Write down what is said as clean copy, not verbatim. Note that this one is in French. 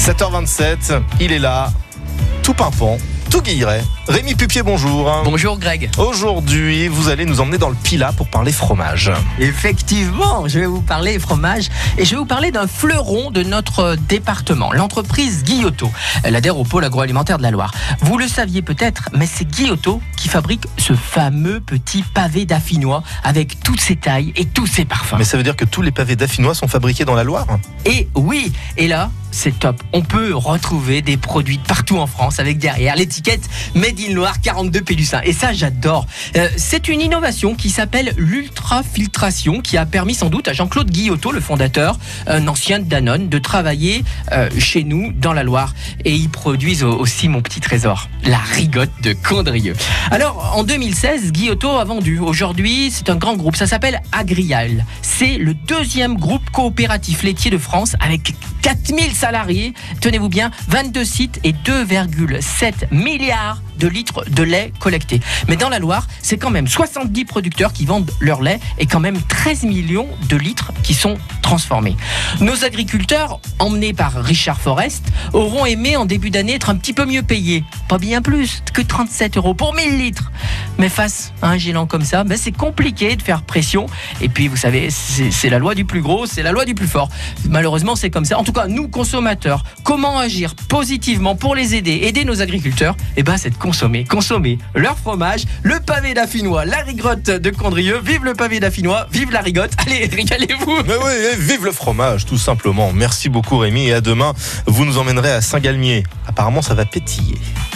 7h27, il est là, tout pimpant, tout guilleret. Rémi Pupier, bonjour. Bonjour Greg. Aujourd'hui, vous allez nous emmener dans le Pilat pour parler fromage. Effectivement, je vais vous parler fromage et je vais vous parler d'un fleuron de notre département, l'entreprise Guillotto. Elle adhère au pôle agroalimentaire de la Loire. Vous le saviez peut-être, mais c'est Guillotto qui fabrique ce fameux petit pavé d'affinois avec toutes ses tailles et tous ses parfums. Mais ça veut dire que tous les pavés d'affinois sont fabriqués dans la Loire ? Et oui, et là, c'est top. On peut retrouver des produits partout en France avec derrière l'étiquette Made in Loire 42 Pélussin. Et ça, j'adore. C'est une innovation qui s'appelle l'ultrafiltration qui a permis sans doute à Jean-Claude Guillotto, le fondateur, un ancien de Danone, de travailler chez nous dans la Loire. Et ils produisent aussi mon petit trésor, la rigotte de Condrieu. Alors, en 2016, Guillotto a vendu. Aujourd'hui, c'est un grand groupe. Ça s'appelle Agrial. C'est le deuxième groupe coopératif laitier de France avec 4000 salariés, tenez-vous bien, 22 sites et 2,7 milliards de litres de lait collectés. Mais dans la Loire, c'est quand même 70 producteurs qui vendent leur lait et quand même 13 millions de litres qui sont transformés. Nos agriculteurs, emmenés par Richard Forest, auront aimé en début d'année être un petit peu mieux payés. Pas bien plus que 37 € pour 1000 litres. Mais face à un géant comme ça, c'est compliqué de faire pression. Et puis, vous savez, c'est la loi du plus gros, c'est la loi du plus fort. Malheureusement, c'est comme ça. En tout cas, nous, consommateurs, comment agir positivement pour les aider nos agriculteurs ? C'est de consommer leur fromage, le pavé d'affinois, la rigotte de Condrieu. Vive le pavé d'affinois, vive la rigotte. Allez, régalez-vous. Mais oui, vive le fromage, tout simplement. Merci beaucoup Rémi et à demain. Vous nous emmènerez à Saint-Galmier. Apparemment, ça va pétiller.